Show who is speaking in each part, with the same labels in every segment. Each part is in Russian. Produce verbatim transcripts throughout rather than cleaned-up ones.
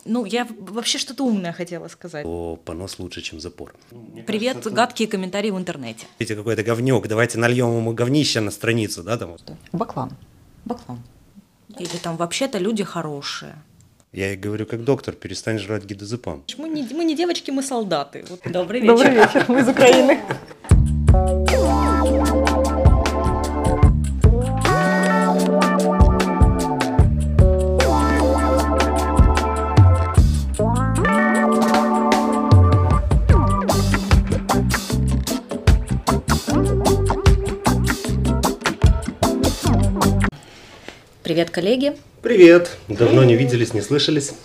Speaker 1: Ну, я вообще что-то умное хотела сказать.
Speaker 2: То понос лучше, чем запор.
Speaker 1: Привет, кажется, гадкие это... комментарии в интернете.
Speaker 2: Видите, какой-то говнюк, давайте нальем ему говнище на страницу, да, там?
Speaker 3: Баклан. Баклан.
Speaker 1: Или там вообще-то люди хорошие.
Speaker 2: Я ей говорю, как доктор, перестань жрать гидозепам.
Speaker 1: Мы не, мы не девочки, мы солдаты. Вот, добрый вечер.
Speaker 3: Добрый вечер, мы из Украины.
Speaker 1: Привет, коллеги.
Speaker 2: Привет. Давно не виделись, не слышались.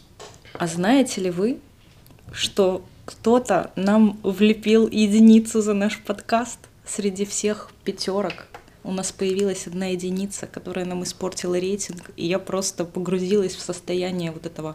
Speaker 1: А знаете ли вы, что кто-то нам влепил единицу за наш подкаст? Среди всех пятерок у нас появилась одна единица, которая нам испортила рейтинг, и я просто погрузилась в состояние вот этого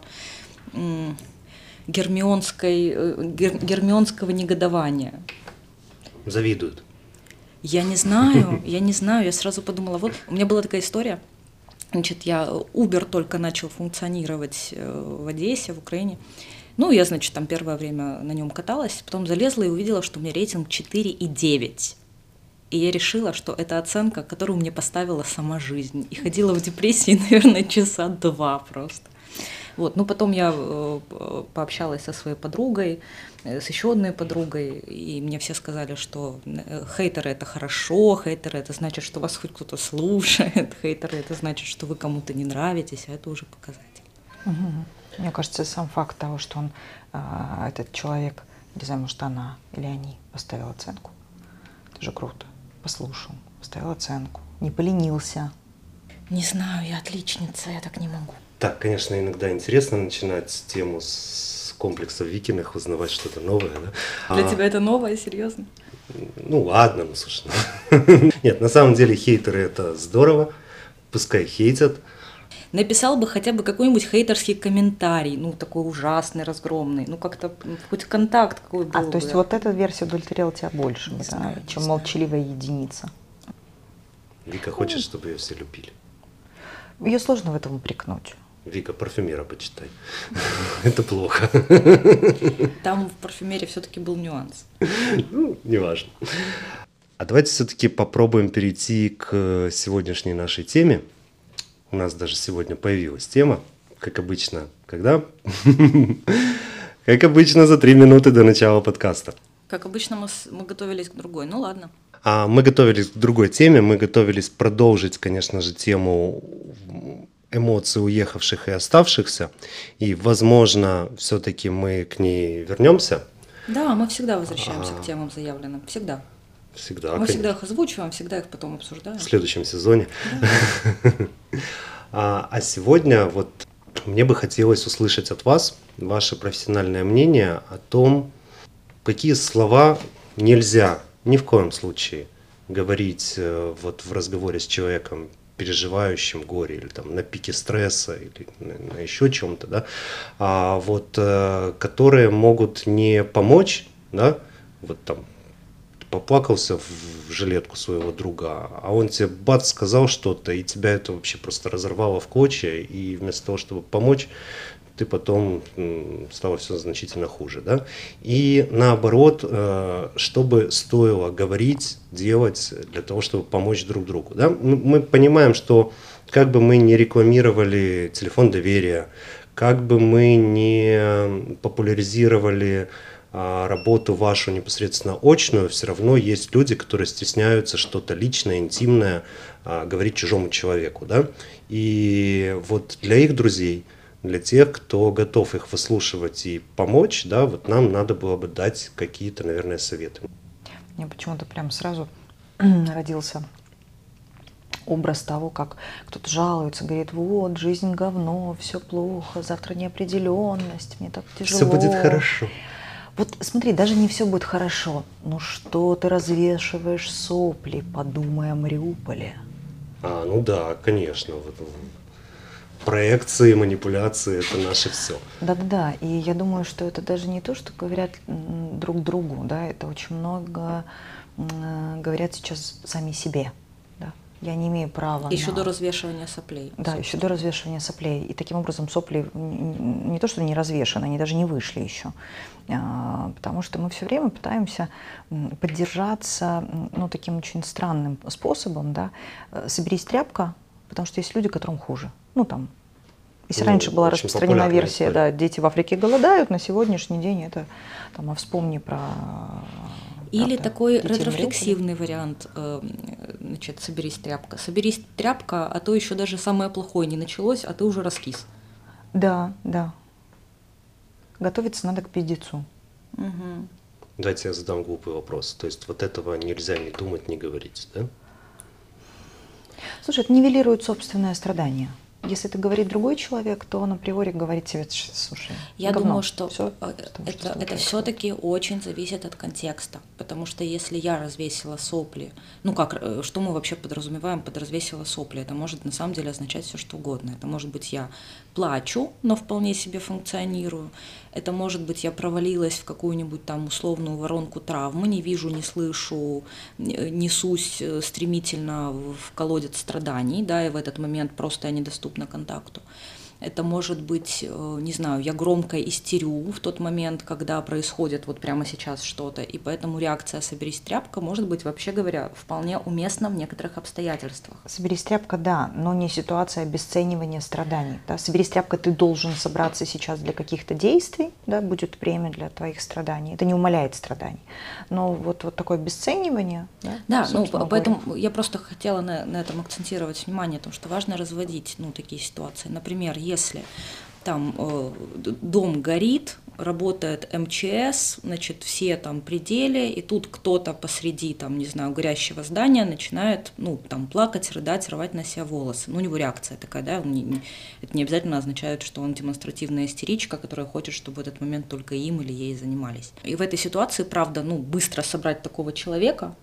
Speaker 1: м- гермионской, гер- гермионского негодования.
Speaker 2: Завидуют.
Speaker 1: Я не знаю, я не знаю, я сразу подумала, вот у меня была такая история. Значит, я Uber только начал функционировать в Одессе, в Украине. Ну, я, значит, там первое время на нем каталась, потом залезла и увидела, что у меня рейтинг четыре и девять. И я решила, что это оценка, которую мне поставила сама жизнь. И ходила в депрессии, наверное, часа два просто. Вот. Ну, потом я пообщалась со своей подругой, с еще одной подругой, и мне все сказали, что хейтеры — это хорошо, хейтеры — это значит, что вас хоть кто-то слушает, хейтеры — это значит, что вы кому-то не нравитесь, а это уже показатель.
Speaker 3: Угу. Мне кажется, сам факт того, что он, этот человек, не знаю, может, она или они, поставил оценку, это же круто. Послушал, поставил оценку, не поленился.
Speaker 1: Не знаю, я отличница, я так не могу.
Speaker 2: Так, конечно, иногда интересно начинать тему с комплексов викиных, узнавать что-то новое, да?
Speaker 1: Для
Speaker 2: а...
Speaker 1: тебя это новое, серьезно?
Speaker 2: Ну ладно, ну слушай. Нет, на самом деле хейтеры — это здорово, пускай хейтят.
Speaker 1: Написал бы хотя бы какой-нибудь хейтерский комментарий, ну такой ужасный, разгромный, ну как-то хоть контакт какой был.
Speaker 3: А, то
Speaker 1: бы.
Speaker 3: есть вот эта версия удовлетворяла тебя больше,
Speaker 1: не
Speaker 3: да,
Speaker 1: знаю,
Speaker 3: чем
Speaker 1: не
Speaker 3: молчаливая единица.
Speaker 2: Вика хочет, чтобы ее все любили.
Speaker 3: Ее сложно в этом упрекнуть.
Speaker 2: Вика, парфюмера почитай. Это плохо.
Speaker 1: Там в парфюмерии все-таки был нюанс.
Speaker 2: Ну, неважно. А давайте все-таки попробуем перейти к сегодняшней нашей теме. У нас даже сегодня появилась тема, как обычно, когда? Как обычно, за три минуты до начала подкаста.
Speaker 1: Как обычно, мы, мы готовились к другой, ну ладно.
Speaker 2: А мы готовились к другой теме, мы готовились продолжить, конечно же, тему эмоций уехавших и оставшихся, и, возможно, все-таки мы к ней вернемся.
Speaker 1: Да, мы всегда возвращаемся а... к темам заявленным, всегда.
Speaker 2: Всегда,
Speaker 1: мы
Speaker 2: конечно.
Speaker 1: всегда их озвучиваем, всегда их потом обсуждаем.
Speaker 2: В следующем сезоне.
Speaker 1: Да.
Speaker 2: а, а сегодня вот мне бы хотелось услышать от вас ваше профессиональное мнение о том, какие слова нельзя ни в коем случае говорить вот в разговоре с человеком, переживающим горе или там на пике стресса или на, на еще чем-то, да, а вот э, которые могут не помочь, да, вот там поплакался в жилетку своего друга, а он тебе бац сказал что-то, и тебя это вообще просто разорвало в клочья, и вместо того, чтобы помочь, ты потом м, стало все значительно хуже, да, и наоборот, э, что бы стоило говорить, делать для того, чтобы помочь друг другу, да, мы, мы понимаем, что как бы мы не рекламировали телефон доверия, как бы мы не популяризировали а, работу вашу непосредственно очную, все равно есть люди, которые стесняются что-то личное, интимное а, говорить чужому человеку, да, и вот для их друзей, для тех, кто готов их выслушивать и помочь, да, вот нам надо было бы дать какие-то, наверное, советы.
Speaker 3: Мне почему-то прям сразу родился образ того, как кто-то жалуется, говорит, вот, жизнь говно, все плохо, завтра неопределенность, мне так тяжело.
Speaker 2: Все будет хорошо.
Speaker 3: Вот смотри, даже не все будет хорошо. Ну что ты развешиваешь сопли, подумай о Мариуполе.
Speaker 2: А, ну да, конечно. Вот. Проекции, манипуляции — это наше все.
Speaker 3: Да-да-да, и я думаю, что это даже не то, что говорят друг другу, да, это очень много говорят сейчас сами себе, да. Я не имею права.
Speaker 1: Еще
Speaker 3: на...
Speaker 1: до развешивания соплей.
Speaker 3: Да, собственно. еще до развешивания соплей. И таким образом сопли не то, что не развешаны, они даже не вышли еще. Потому что мы все время пытаемся поддержаться, ну, таким очень странным способом, да. Соберись тряпка, потому что есть люди, которым хуже. Ну, там, если ну, раньше была распространена версия, да, дети в Африке голодают, на сегодняшний день это, там, а вспомни про...
Speaker 1: Или правда, такой ретрорефлексивный вариант, значит, соберись тряпка. Соберись тряпка, а то еще даже самое плохое не началось, а ты уже раскис.
Speaker 3: Да, да. Готовиться надо к пиздецу.
Speaker 1: Угу.
Speaker 2: Давайте я задам глупый вопрос. То есть вот этого нельзя ни думать, ни говорить, да?
Speaker 3: Слушай, это нивелирует собственное страдание. Если это говорит другой человек, то он априори говорит тебе, слушай,
Speaker 1: я
Speaker 3: говно.
Speaker 1: думаю, что
Speaker 3: Всё,
Speaker 1: это, это, это все-таки очень зависит от контекста, потому что если я развесила сопли, ну как, что мы вообще подразумеваем под развесила сопли? Это может на самом деле означать все что угодно. Это может быть я плачу, но вполне себе функционирую. Это может быть я провалилась в какую-нибудь там условную воронку травмы, не вижу, не слышу, несусь стремительно в колодец страданий, да, и в этот момент просто я недоступна контакту. Это может быть, не знаю, я громко истерю в тот момент, когда происходит вот прямо сейчас что-то, и поэтому реакция «соберись тряпка» может быть, вообще говоря, вполне уместна в некоторых обстоятельствах.
Speaker 3: «Соберись тряпка», да, но не ситуация обесценивания страданий. Да? «Соберись тряпка», ты должен собраться сейчас для каких-то действий, да, будет время для твоих страданий. Это не умаляет страданий. Но вот, вот такое обесценивание... Да,
Speaker 1: да, ну, поэтому говоря. Я просто хотела на, на этом акцентировать внимание, потому что важно разводить, ну, такие ситуации. Например, если там э, дом горит, работает эм че эс, значит, все там при деле, и тут кто-то посреди, там, не знаю, горящего здания начинает, ну, там, плакать, рыдать, рвать на себя волосы. Ну, у него реакция такая, да, не, не, это не обязательно означает, что он демонстративная истеричка, которая хочет, чтобы в этот момент только им или ей занимались. И в этой ситуации, правда, ну, быстро собрать такого человека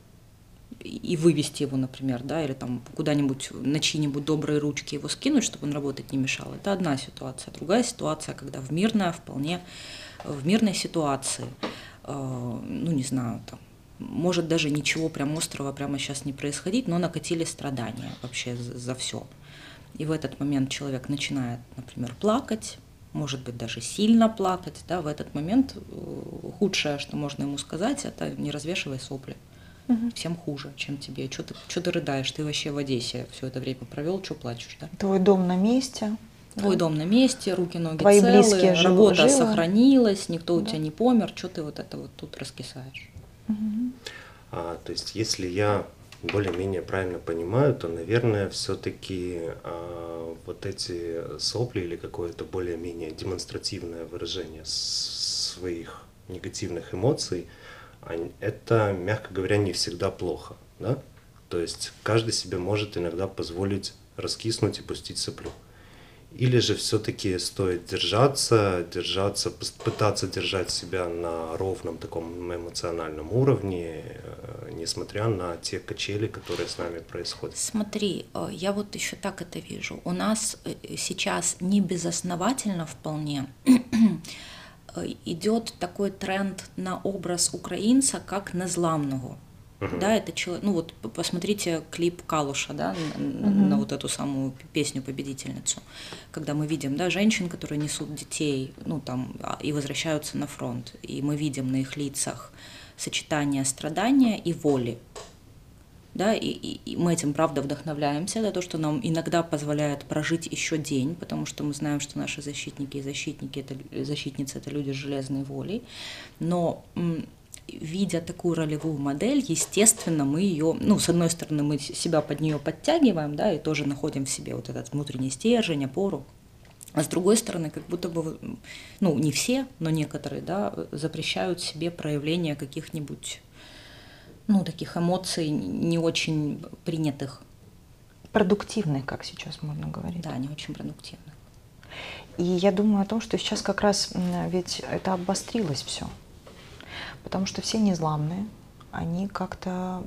Speaker 1: и вывести его, например, да, или там куда-нибудь на чьи-нибудь добрые ручки его скинуть, чтобы он работать не мешал. Это одна ситуация. Другая ситуация, когда в мирной, вполне в мирной ситуации, э, ну, не знаю, там, может даже ничего прям острого прямо сейчас не происходить, но накатили страдания вообще за, за все. И в этот момент человек начинает, например, плакать, может быть, даже сильно плакать, да, в этот момент худшее, что можно ему сказать, это не развешивай сопли. Всем хуже, чем тебе. Что ты, что ты рыдаешь? Ты вообще в Одессе все это время провел, что плачешь, да?
Speaker 3: Твой дом на месте.
Speaker 1: Твой да? дом на месте, руки, ноги
Speaker 3: Твои
Speaker 1: целые,
Speaker 3: близкие
Speaker 1: работа
Speaker 3: живы.
Speaker 1: сохранилась, никто
Speaker 3: да.
Speaker 1: у тебя не помер, что ты вот это вот тут раскисаешь?
Speaker 3: Угу.
Speaker 2: А, то есть, если я более-менее правильно понимаю, то, наверное, все-таки а, вот эти сопли или какое-то более-менее демонстративное выражение своих негативных эмоций, это, мягко говоря, не всегда плохо, да? То есть каждый себе может иногда позволить раскиснуть и пустить соплю. Или же все-таки стоит держаться, держаться, пытаться держать себя на ровном таком эмоциональном уровне, несмотря на те качели, которые с нами происходят.
Speaker 1: Смотри, я вот еще так это вижу. У нас сейчас не безосновательно вполне идет такой тренд на образ украинца как незламного. Uh-huh. Да, это человек, ну вот посмотрите клип Калуша, да, на, uh-huh. на вот эту самую песню-победительницу, когда мы видим, да, женщин, которые несут детей, ну там, и возвращаются на фронт, и мы видим на их лицах сочетание страдания и воли. Да, и, и, и мы этим, правда, вдохновляемся, это то, что нам иногда позволяет прожить еще день, потому что мы знаем, что наши защитники и защитники, это, защитницы – это люди с железной волей, но м, видя такую ролевую модель, естественно, мы ее, ну, с одной стороны, мы себя под нее подтягиваем, да, и тоже находим в себе вот этот внутренний стержень, опору, а с другой стороны, как будто бы, ну, не все, но некоторые, да, запрещают себе проявление каких-нибудь, ну, таких эмоций не очень принятых.
Speaker 3: Продуктивных, как сейчас можно говорить.
Speaker 1: Да, не очень продуктивных.
Speaker 3: И я думаю о том, что сейчас как раз ведь это обострилось все. Потому что все незламные, они как-то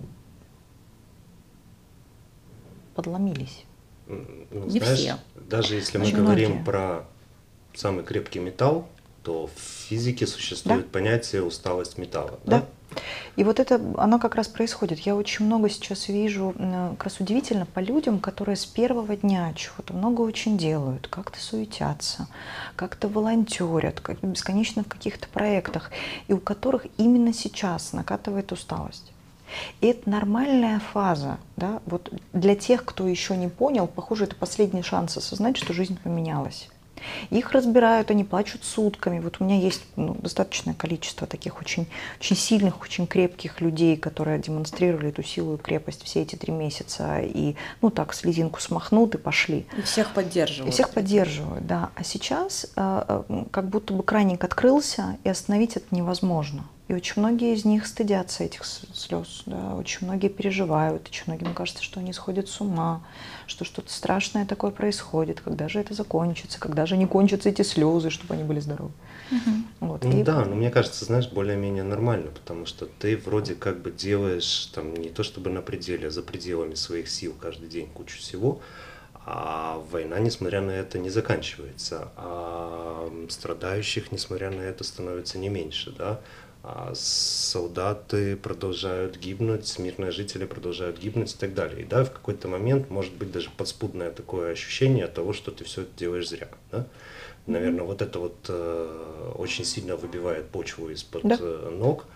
Speaker 3: подломились.
Speaker 2: Ну,
Speaker 1: не
Speaker 2: знаешь,
Speaker 1: все.
Speaker 2: Даже если мы
Speaker 3: Очень
Speaker 2: говорим
Speaker 3: многие.
Speaker 2: про самый крепкий металл, то в физике существует
Speaker 3: да.
Speaker 2: понятие усталость металла.
Speaker 3: Да.
Speaker 2: Да?
Speaker 3: И вот это, оно как раз происходит. Я очень много сейчас вижу, как раз удивительно, по людям, которые с первого дня чего-то много очень делают, как-то суетятся, как-то волонтерят, как бесконечно в каких-то проектах, и у которых именно сейчас накатывает усталость. И это нормальная фаза, да? Вот для тех, кто еще не понял, похоже, это последний шанс осознать, что жизнь поменялась. Их разбирают, они плачут сутками. Вот у меня есть ну, достаточное количество таких очень, очень сильных, очень крепких людей, которые демонстрировали эту силу и крепость все эти три месяца. И, ну так, слезинку смахнут и пошли.
Speaker 1: И всех поддерживают.
Speaker 3: И всех поддерживают, да. А сейчас э, как будто бы краник открылся, и остановить это невозможно. И очень многие из них стыдятся этих слез, да, очень многие переживают, очень многим кажется, что они сходят с ума, что что-то страшное такое происходит, когда же это закончится, когда же не кончатся эти слезы, чтобы они были здоровы.
Speaker 1: Угу.
Speaker 3: Вот.
Speaker 2: Ну
Speaker 3: И...
Speaker 2: да, но мне кажется, знаешь, более-менее нормально, потому что ты вроде как бы делаешь там не то чтобы на пределе, а за пределами своих сил каждый день кучу всего, а война, несмотря на это, не заканчивается, а страдающих, несмотря на это, становится не меньше, да. А солдаты продолжают гибнуть, мирные жители продолжают гибнуть и так далее. И да, в какой-то момент может быть даже подспудное такое ощущение того, что ты все это делаешь зря. Да? Наверное, mm-hmm. вот это вот э, очень сильно выбивает почву из-под да. э, ног.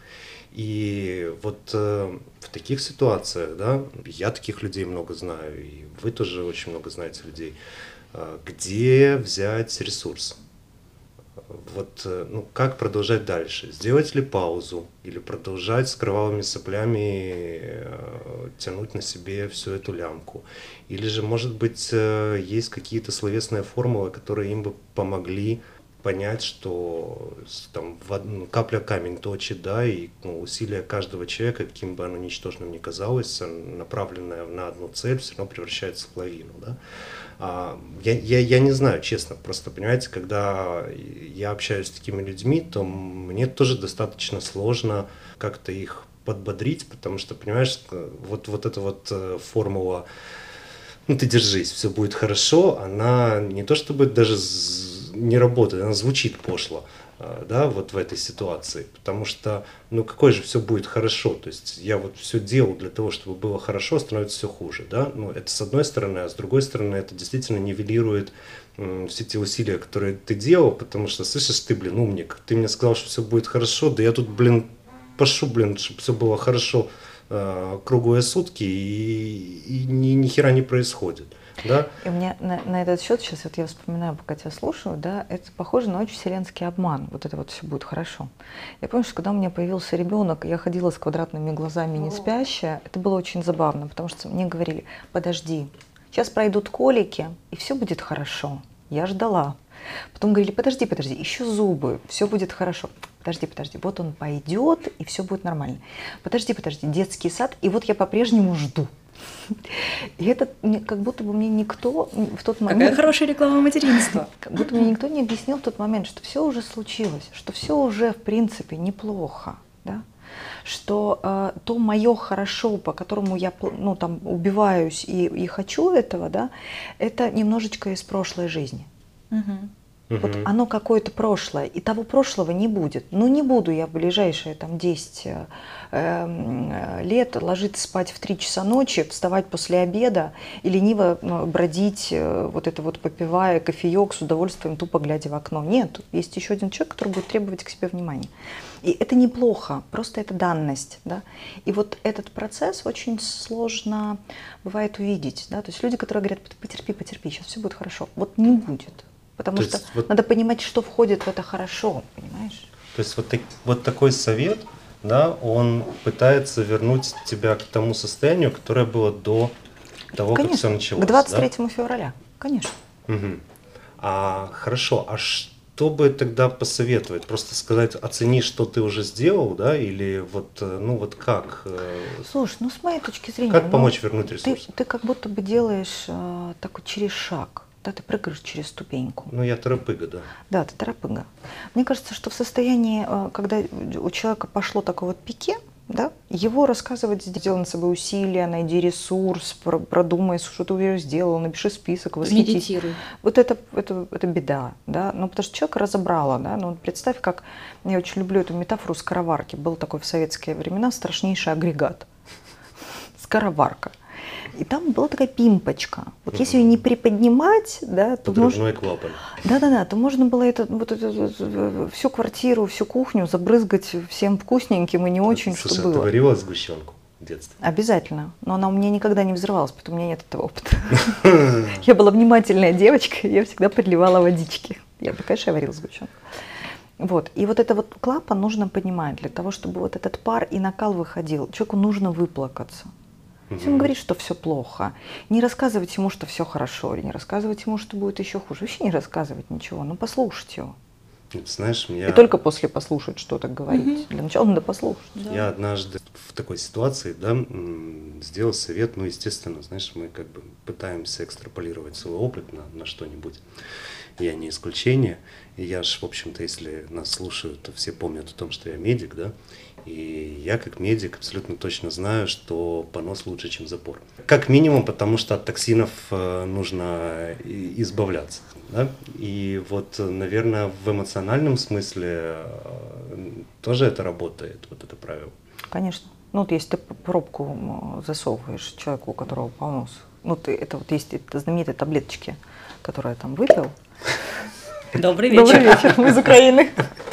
Speaker 2: И вот э, в таких ситуациях, да, я таких людей много знаю, и вы тоже очень много знаете людей, э, где взять ресурс. Вот, ну, как продолжать дальше? Сделать ли паузу? Или продолжать с кровавыми соплями э, тянуть на себе всю эту лямку? Или же, может быть, э, есть какие-то словесные формулы, которые им бы помогли понять, что там, в, капля камень точит, да, и ну, усилие каждого человека, каким бы оно ничтожным ни казалось, направленное на одну цель, все равно превращается в лавину, да? Я, я, я не знаю, честно, просто, понимаете, когда я общаюсь с такими людьми, то мне тоже достаточно сложно как-то их подбодрить, потому что, понимаешь, вот, вот эта вот формула «ну ты держись, все будет хорошо», она не то чтобы даже не работает, она звучит пошло. Да, вот в этой ситуации, потому что, ну, какое же все будет хорошо, то есть я вот все делал для того, чтобы было хорошо, становится все хуже, да, ну, это с одной стороны, а с другой стороны, это действительно нивелирует м, все те усилия, которые ты делал, потому что, слышишь, ты, блин, умник, ты мне сказал, что все будет хорошо, да я тут, блин, пошу, блин, чтобы все было хорошо э, круглые сутки, и, и ни, ни хера не происходит. Да?
Speaker 3: И у меня на, на этот счет, сейчас вот я вспоминаю, пока тебя слушаю, да, это похоже на очень вселенский обман. Вот это вот все будет хорошо. Я помню, что когда у меня появился ребенок, я ходила с квадратными глазами, не спящая, это было очень забавно, потому что мне говорили: подожди, сейчас пройдут колики, и все будет хорошо. Я ждала. Потом говорили: подожди, подожди, еще зубы, все будет хорошо. Подожди, подожди, вот он пойдет, и все будет нормально. Подожди, подожди, детский сад, и вот я по-прежнему жду. И это как будто бы мне никто в тот момент...
Speaker 1: Какая хорошая реклама материнства.
Speaker 3: Как будто мне никто не объяснил в тот момент, что все уже случилось, что все уже в принципе неплохо, да? Что э, то мое хорошо, по которому я ну, там, убиваюсь и, и хочу этого, да, это немножечко из прошлой жизни.
Speaker 1: Угу.
Speaker 3: Вот uh-huh. оно какое-то прошлое, и того прошлого не будет. Ну не буду я в ближайшие там, десять э, лет ложиться спать в три часа ночи, вставать после обеда и лениво бродить, э, вот это вот попивая кофеек с удовольствием, тупо глядя в окно. Нет, есть еще один человек, который будет требовать к себе внимания. И это неплохо, просто это данность. Да? И вот этот процесс очень сложно бывает увидеть. Да? То есть люди, которые говорят: потерпи, потерпи, сейчас все будет хорошо. Вот не будет. Потому
Speaker 2: То
Speaker 3: что
Speaker 2: вот,
Speaker 3: надо понимать, что входит в это хорошо, понимаешь?
Speaker 2: То есть вот, так, вот такой совет, да, он пытается вернуть тебя к тому состоянию, которое было до того,
Speaker 3: конечно,
Speaker 2: как все началось.
Speaker 3: К двадцать третьему
Speaker 2: да?
Speaker 3: февраля, конечно.
Speaker 2: Угу. А, хорошо, а что бы тогда посоветовать? Просто сказать: оцени, что ты уже сделал, да, или вот, ну вот как?
Speaker 3: Слушай, ну с моей точки зрения...
Speaker 2: Как
Speaker 3: ну,
Speaker 2: помочь вернуть ресурс?
Speaker 3: Ты, ты как будто бы делаешь э, такой через шаг. Да, ты прыгаешь через ступеньку.
Speaker 2: Ну, я торопыга, да.
Speaker 3: Да, ты торопыга. Мне кажется, что в состоянии, когда у человека пошло такое вот пике, Да? Его рассказывать, сделай над собой усилия, найди ресурс, про- продумай, что ты уже сделал, напиши список, восхитись.
Speaker 1: Медитируй.
Speaker 3: Вот это, это, это беда, да, ну потому что человек разобрала, да, ну вот представь, как, я очень люблю эту метафору скороварки, был такой в советские времена страшнейший агрегат, скороварка. И там была такая пимпочка. Вот mm-hmm. если ее не приподнимать, да, то
Speaker 2: подрывной
Speaker 3: можно...
Speaker 2: клапан.
Speaker 3: Да-да-да, то можно было это, вот это, вот, всю квартиру, всю кухню забрызгать всем вкусненьким и не очень,
Speaker 2: Слушай,
Speaker 3: что
Speaker 2: а
Speaker 3: было.
Speaker 2: ты варила сгущенку в детстве?
Speaker 3: Обязательно. Но она у меня никогда не взрывалась, потому что у меня нет этого опыта. Я была внимательная девочка, я всегда подливала водички. Я бы, конечно, варила сгущенку. Вот. И вот это вот клапан нужно понимать для того, чтобы вот этот пар и накал выходил. Человеку нужно выплакаться. Если он говорит, что все плохо, не рассказывать ему, что все хорошо, или не рассказывать ему, что будет еще хуже. Вообще не рассказывать ничего, но послушать его.
Speaker 2: Знаешь, меня...
Speaker 3: И только после послушать что-то говорить. Угу. Для начала надо послушать.
Speaker 2: Да. Я однажды в такой ситуации, да, сделал совет, ну, естественно, знаешь, мы как бы пытаемся экстраполировать свой опыт на, на что-нибудь. Я не исключение. И я ж, в общем-то, если нас слушают, то все помнят о том, что я медик, да. И я как медик абсолютно точно знаю, что понос лучше, чем запор. Как минимум, потому что от токсинов нужно избавляться. Да? И вот, наверное, в эмоциональном смысле тоже это работает, вот это правило.
Speaker 3: Конечно. Ну вот если ты пробку засовываешь человеку, у которого понос, ну ты, это вот есть это знаменитые таблеточки, которые там выпил.
Speaker 1: Добрый вечер.
Speaker 3: Добрый вечер, мы из Украины.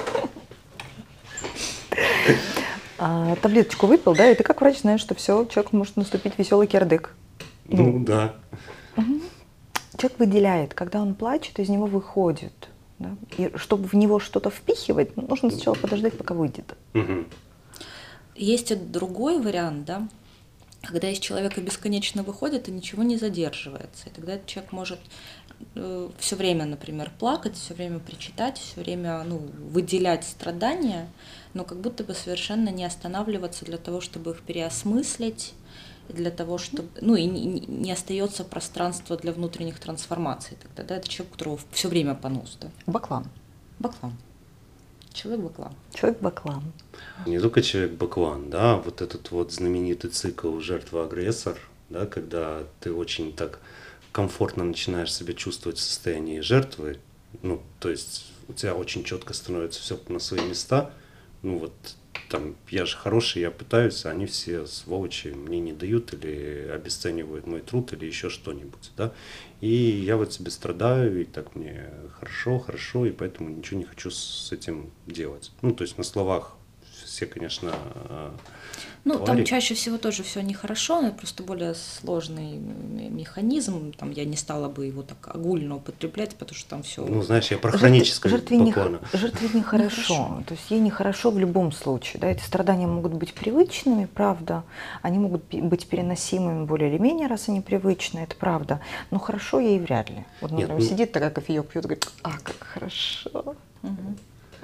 Speaker 3: А, таблеточку выпил, да, и ты как врач знаешь, что все, человек может наступить веселый кирдык.
Speaker 2: Ну, ну да.
Speaker 3: Угу. Человек выделяет, когда он плачет, из него выходит. Да? И чтобы в него что-то впихивать, нужно сначала подождать, пока выйдет.
Speaker 2: Угу.
Speaker 1: Есть и другой вариант, да, когда из человека бесконечно выходит и ничего не задерживается. И тогда этот человек может э, все время, например, плакать, все время причитать, все время ну, выделять страдания, но как будто бы совершенно не останавливаться для того, чтобы их переосмыслить, для того, чтобы, ну и не, не остается пространства для внутренних трансформаций. Тогда да, это человек, у которого все время понос. Да?
Speaker 3: Баклан.
Speaker 1: Баклан. Человек-баклан.
Speaker 3: Человек-баклан.
Speaker 2: Не только человек-баклан, да, вот этот вот знаменитый цикл жертва-агрессор, да, когда ты очень так комфортно начинаешь себя чувствовать в состоянии жертвы, ну, то есть у тебя очень четко становится все на свои места, ну вот там я же хороший, я пытаюсь, а они все сволочи мне не дают или обесценивают мой труд или еще что-нибудь, да, и я вот себе страдаю, и так мне хорошо, хорошо, и поэтому ничего не хочу с этим делать. Ну, то есть на словах все, конечно,
Speaker 1: Ну,
Speaker 2: твари.
Speaker 1: там чаще всего тоже все нехорошо, но просто более сложный механизм. Там я не стала бы его так огульно употреблять, потому что там все.
Speaker 2: Ну, знаешь, я про хроническое
Speaker 3: жертве,
Speaker 2: баклана.
Speaker 3: Не, жертве нехорошо. То есть ей нехорошо в любом случае. Да? Эти страдания могут быть привычными, правда. Они могут быть переносимыми более или менее, раз они привычны, это правда. Но хорошо ей вряд ли. Вот, например, Нет, ну... сидит такая кофеек пьет, говорит, а, как хорошо. Угу.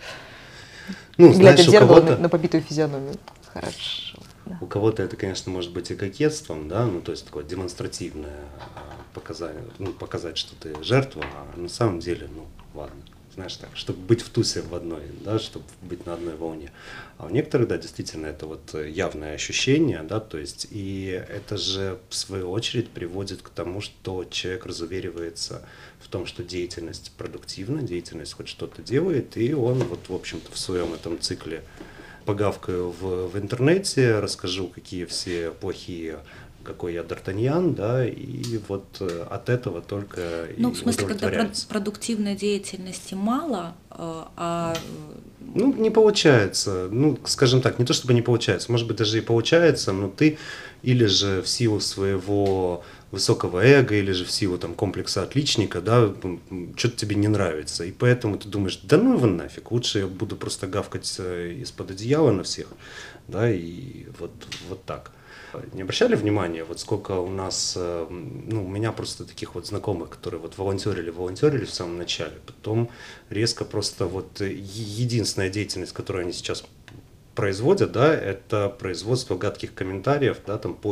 Speaker 2: Ну,
Speaker 3: глядя
Speaker 2: знаешь,
Speaker 3: в зеркало
Speaker 2: на,
Speaker 3: на побитую физиономию. Хорошо. Да.
Speaker 2: У кого-то это, конечно, может быть и кокетством, да, ну то есть такое демонстративное показание, ну, показать, что ты жертва, а на самом деле, ну ладно, знаешь так, чтобы быть в тусе в одной, да, чтобы быть на одной волне. А у некоторых, да, действительно, это вот явное ощущение, да, то есть и это же в свою очередь приводит к тому, что человек разуверивается в том, что деятельность продуктивна, деятельность хоть что-то делает, и он вот, в общем-то, в своем этом цикле погавкаю в, в интернете, расскажу, какие все плохие, какой я Д'Артаньян, да, и вот от этого только
Speaker 1: ну,
Speaker 2: и
Speaker 1: в смысле, когда продуктивной деятельности мало, а...
Speaker 2: Ну, не получается, ну, скажем так, не то чтобы не получается, может быть, даже и получается, но ты или же в силу своего высокого эго, или же в силу там комплекса отличника, да, что-то тебе не нравится, и поэтому ты думаешь, да ну его нафиг, лучше я буду просто гавкать из-под одеяла на всех, да, и вот, вот так. Не обращали внимания, вот сколько у нас, ну, у меня просто таких вот знакомых, которые вот волонтерили, волонтерили в самом начале, потом резко просто вот единственная деятельность, которую они сейчас производят, да, это производство гадких комментариев, да, там поиск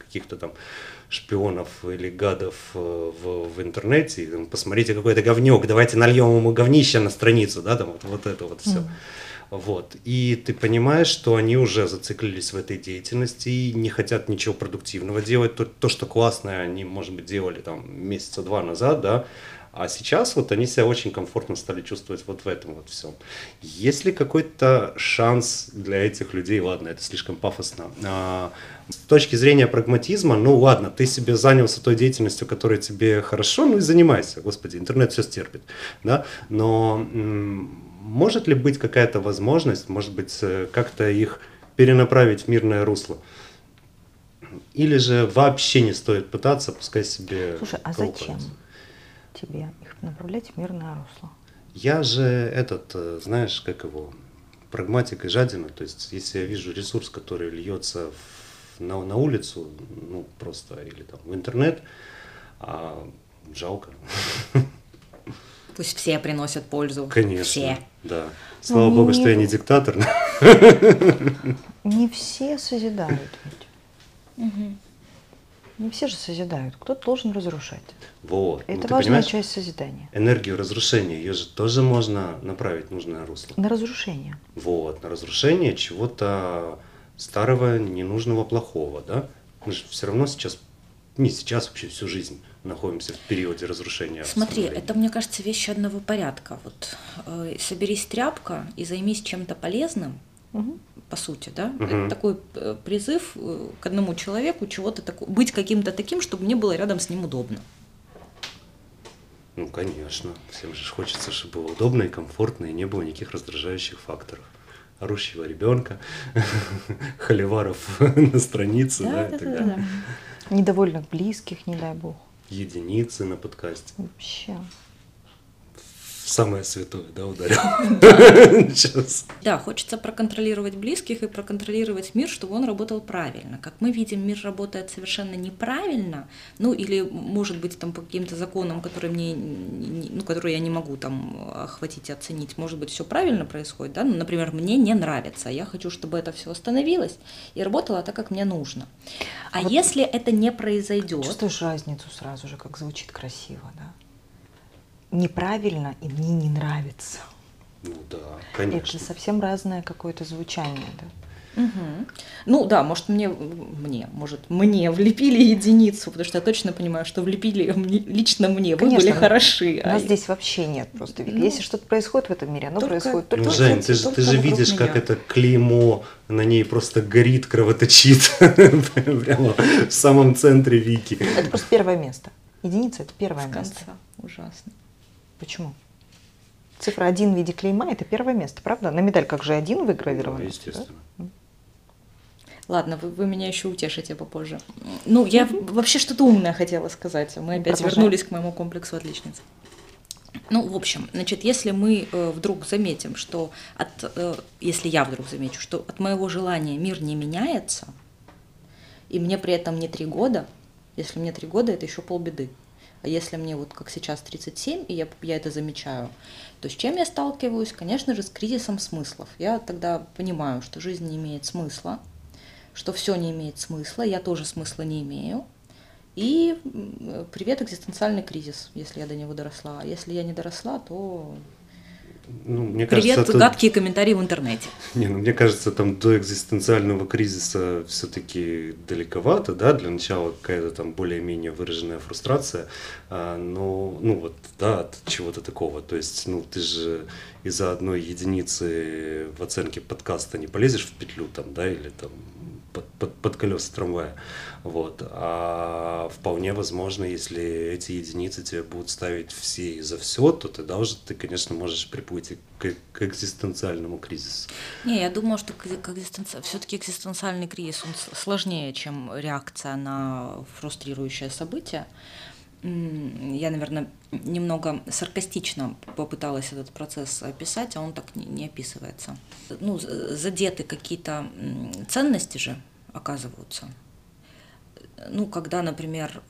Speaker 2: каких-то там шпионов или гадов в, в интернете, и, там, посмотрите, какой-то говнюк, давайте нальем ему говнища на страницу, да, там вот, вот это вот все. Mm. Вот. И ты понимаешь, что они уже зациклились в этой деятельности и не хотят ничего продуктивного делать. То, то что классное, они, может быть, делали там месяца два назад, да, а сейчас вот они себя очень комфортно стали чувствовать вот в этом вот всем. Есть ли какой-то шанс для этих людей, ладно, это слишком пафосно, а, с точки зрения прагматизма, ну ладно, ты себе занялся той деятельностью, которая тебе хорошо, ну и занимайся, господи, интернет все стерпит, да, но м- может ли быть какая-то возможность, может быть, как-то их перенаправить в мирное русло? Или же вообще не стоит пытаться, пускай себе...
Speaker 3: Слушай, а зачем тебе их направлять в мирное русло?
Speaker 2: Я же этот, знаешь, как его, прагматик и жадина. То есть, если я вижу ресурс, который льется в, на, на улицу, ну, просто, или там в интернет, а, жалко.
Speaker 1: Пусть все приносят пользу.
Speaker 2: Конечно,
Speaker 1: все.
Speaker 2: Да. Слава ну, Богу, не... что я не диктатор.
Speaker 3: Не все созидают ведь.
Speaker 1: Угу.
Speaker 3: Не все же созидают. Кто-то должен разрушать.
Speaker 2: Вот.
Speaker 3: Это ну, важная часть созидания.
Speaker 2: Энергию разрушения, ее же тоже можно направить в нужное русло.
Speaker 3: На разрушение.
Speaker 2: Вот, на разрушение чего-то старого, ненужного, плохого, да? Мы же все равно сейчас, не сейчас, вообще всю жизнь находимся в периоде разрушения.
Speaker 1: Смотри, это, мне кажется, вещи одного порядка. Вот э, соберись тряпка и займись чем-то полезным, угу. по сути, да? Угу. Это такой э, призыв э, к одному человеку чего-то такого, быть каким-то таким, чтобы мне было рядом с ним удобно.
Speaker 2: Ну, конечно. Всем же хочется, чтобы было удобно и комфортно, и не было никаких раздражающих факторов. Орущего ребенка, холиваров на странице, да, да,
Speaker 1: да,
Speaker 2: и так
Speaker 1: да,
Speaker 2: далее.
Speaker 3: Да. Недовольных близких, не дай бог.
Speaker 2: Единицы на подкасте.
Speaker 3: Вообще.
Speaker 2: Самое святое, да, ударил? Сейчас.
Speaker 1: Да, хочется проконтролировать близких и проконтролировать мир, чтобы он работал правильно. Как мы видим, мир работает совершенно неправильно, ну или, может быть, там по каким-то законам, которые мне, ну, которые я не могу там охватить и оценить, может быть, все правильно происходит, да, ну, например, мне не нравится, я хочу, чтобы это все остановилось и работало так, как мне нужно. А, а вот если это не произойдет...
Speaker 3: Чувствуешь разницу сразу же, как звучит красиво, да? Неправильно и мне не нравится.
Speaker 2: Ну да, конечно.
Speaker 3: Это совсем разное какое-то звучание, да.
Speaker 1: Угу. Ну да, может мне, мне, может мне влепили единицу, потому что я точно понимаю, что влепили мне, лично мне, вы
Speaker 3: конечно,
Speaker 1: были хороши.
Speaker 3: У нас а здесь вообще нет просто. Ну, если что-то происходит в этом мире, оно только, происходит только...
Speaker 2: Ну, Жень, ты же, ты же видишь, меня. Как это клеймо на ней просто горит, кровоточит прямо в самом центре Вики.
Speaker 3: Это просто первое место. Единица – это первое
Speaker 1: место.
Speaker 3: С конца.
Speaker 1: Ужасно.
Speaker 3: Почему? Цифра один в виде клейма – это первое место, правда? На медальках же один выгравирован.
Speaker 2: Да, естественно. Да?
Speaker 1: Ладно, вы, вы меня еще утешите попозже. Ну, я mm-hmm. вообще что-то умное хотела сказать. Мы опять Продолжаем. Вернулись к моему комплексу отличницы. Ну, в общем, значит, если мы э, вдруг заметим, что от, э, если я вдруг замечу, что от моего желания мир не меняется, и мне при этом не три года, если мне три года, это еще полбеды. А если мне вот как сейчас тридцать семь, и я, я это замечаю, то с чем я сталкиваюсь? Конечно же, с кризисом смыслов. Я тогда понимаю, что жизнь не имеет смысла, что все не имеет смысла, я тоже смысла не имею. И привет, экзистенциальный кризис, если я до него доросла. А если я не доросла, то...
Speaker 2: Ну, мне
Speaker 1: привет,
Speaker 2: кажется, это...
Speaker 1: гадкие комментарии в интернете.
Speaker 2: Не, ну мне кажется, там до экзистенциального кризиса все-таки далековато, да, для начала какая-то там более-менее выраженная фрустрация, а, но, ну вот, да, от чего-то такого, то есть, ну ты же из-за одной единицы в оценке подкаста не полезешь в петлю там, да, или там под, под, под колеса трамвая, вот, а вполне возможно, если эти единицы тебе будут ставить все и за все, то тогда уже ты, конечно, можешь приплыть к, к экзистенциальному кризису.
Speaker 1: Не, я думаю, что экзистенци... все-таки экзистенциальный кризис, он сложнее, чем реакция на фрустрирующее событие. Я, наверное, немного саркастично попыталась этот процесс описать, а он так не, не описывается. Ну, задеты какие-то ценности же оказываются. Ну, когда, например,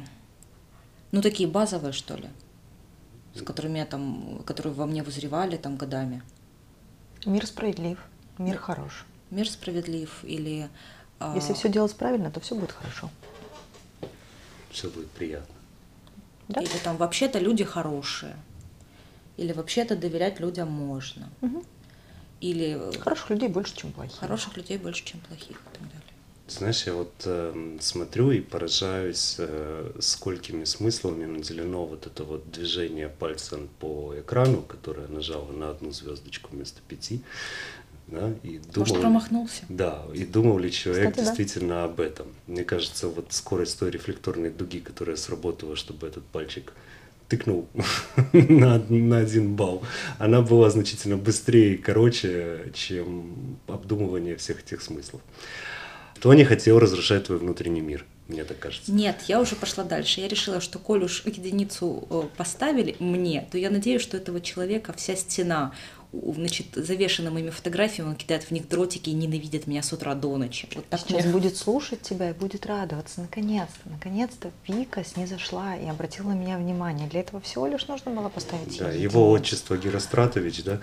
Speaker 1: ну, такие базовые, что ли, с которыми я там, которые во мне вызревали там годами.
Speaker 3: Мир справедлив, мир хорош.
Speaker 1: Мир справедлив, или
Speaker 3: Если все делать правильно, то все будет хорошо.
Speaker 2: Все будет приятно.
Speaker 3: Да?
Speaker 1: Или там вообще-то люди хорошие. Или вообще-то доверять людям можно.
Speaker 3: Угу.
Speaker 1: Или
Speaker 3: Хороших людей больше, чем плохих.
Speaker 1: Хороших людей больше, чем плохих и так далее.
Speaker 2: Знаешь, я вот э, смотрю и поражаюсь, э, сколькими смыслами наделено вот это вот движение пальцем по экрану, которое нажало на одну звездочку вместо пяти. Да, и думал,
Speaker 1: Может, промахнулся?
Speaker 2: Да, и думал ли человек
Speaker 3: Кстати,
Speaker 2: действительно да. об этом. Мне кажется, вот скорость той рефлекторной дуги, которая сработала, чтобы этот пальчик тыкнул на, на один балл, она была значительно быстрее и короче, чем обдумывание всех этих смыслов. Кто не хотел разрушать твой внутренний мир, мне так кажется.
Speaker 1: Нет, я уже пошла дальше. Я решила, что коль уж единицу поставили мне, то я надеюсь, что этого человека вся стена, значит, завешена моими фотографиями, он кидает в них дротики и ненавидит меня с утра до ночи. Вот так
Speaker 3: Сейчас
Speaker 1: мне...
Speaker 3: будет слушать тебя и будет радоваться. Наконец-то, наконец-то Вика снизошла и обратила на меня внимание. Для этого всего лишь нужно было поставить
Speaker 2: Да,
Speaker 3: единицу.
Speaker 2: его отчество Геростратович, да?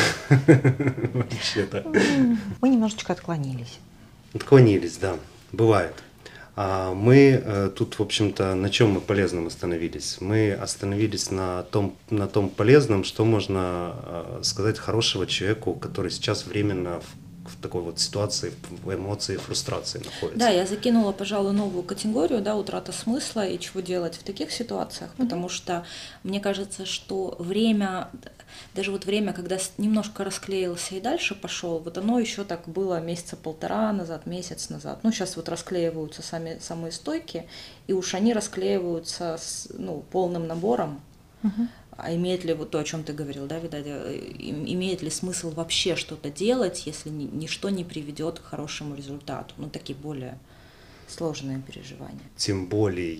Speaker 2: Вообще-то.
Speaker 3: Мы немножечко отклонились.
Speaker 2: Отклонились, да, бывает. А мы э, тут, в общем-то, на чем мы полезном остановились? Мы остановились на том, на том полезном, что можно э, сказать хорошего человеку, который сейчас временно в, в такой вот ситуации, в эмоции, фрустрации находится.
Speaker 1: Да, я закинула, пожалуй, новую категорию, да, утрата смысла и чего делать в таких ситуациях, mm-hmm. потому что мне кажется, что время, даже вот время, когда немножко расклеился и дальше пошел, вот оно еще так было месяца полтора назад, месяц назад. Ну, сейчас вот расклеиваются сами, самые стойки, и уж они расклеиваются с, ну, полным набором.
Speaker 3: Угу.
Speaker 1: А имеет ли вот то, о чем ты говорил, да, видать, имеет ли смысл вообще что-то делать, если ничто не приведет к хорошему результату? Ну, такие более сложные переживания.
Speaker 2: Тем более,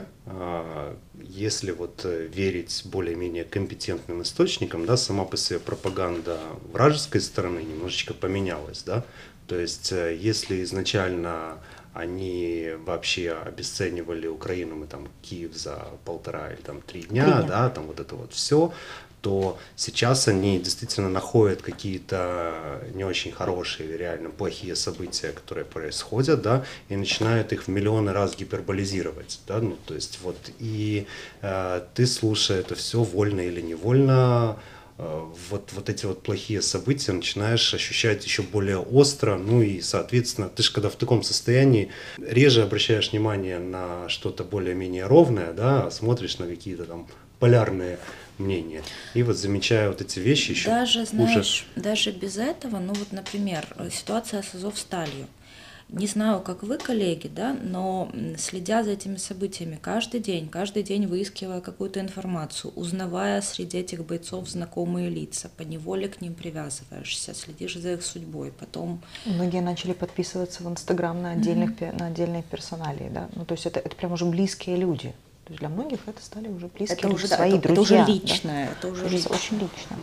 Speaker 2: если вот верить более-менее компетентным источникам, да, сама по себе пропаганда вражеской стороны немножечко поменялась, да, то есть если изначально они вообще обесценивали Украину, мы там Киев за полтора или там три дня, Три дня. да, там вот это вот все, то сейчас они действительно находят какие-то не очень хорошие или реально плохие события, которые происходят, да, и начинают их в миллионы раз гиперболизировать, да, ну, то есть вот и э, ты, слушая это все, вольно или невольно, э, вот, вот эти вот плохие события начинаешь ощущать еще более остро, ну и, соответственно, ты же когда в таком состоянии реже обращаешь внимание на что-то более-менее ровное, да, смотришь на какие-то там полярные мнение. И вот замечая вот эти вещи еще
Speaker 1: даже, знаешь,
Speaker 2: хуже.
Speaker 1: Даже без этого, ну вот, например, ситуация с Азовсталью. Не знаю, как вы, коллеги, да, но следя за этими событиями каждый день, каждый день выискивая какую-то информацию, узнавая среди этих бойцов знакомые лица, поневоле к ним привязываешься, следишь за их судьбой, потом...
Speaker 3: Многие начали подписываться в Инстаграм на, отдельных, mm-hmm. на отдельные персоналии, да, ну то есть это, это прям уже близкие люди. То есть для многих это стали уже близкие
Speaker 1: это
Speaker 3: люди,
Speaker 1: уже,
Speaker 3: свои
Speaker 1: да,
Speaker 3: друзья.
Speaker 1: Это уже личное. Да? Это уже
Speaker 3: это
Speaker 1: личное.
Speaker 3: очень лично.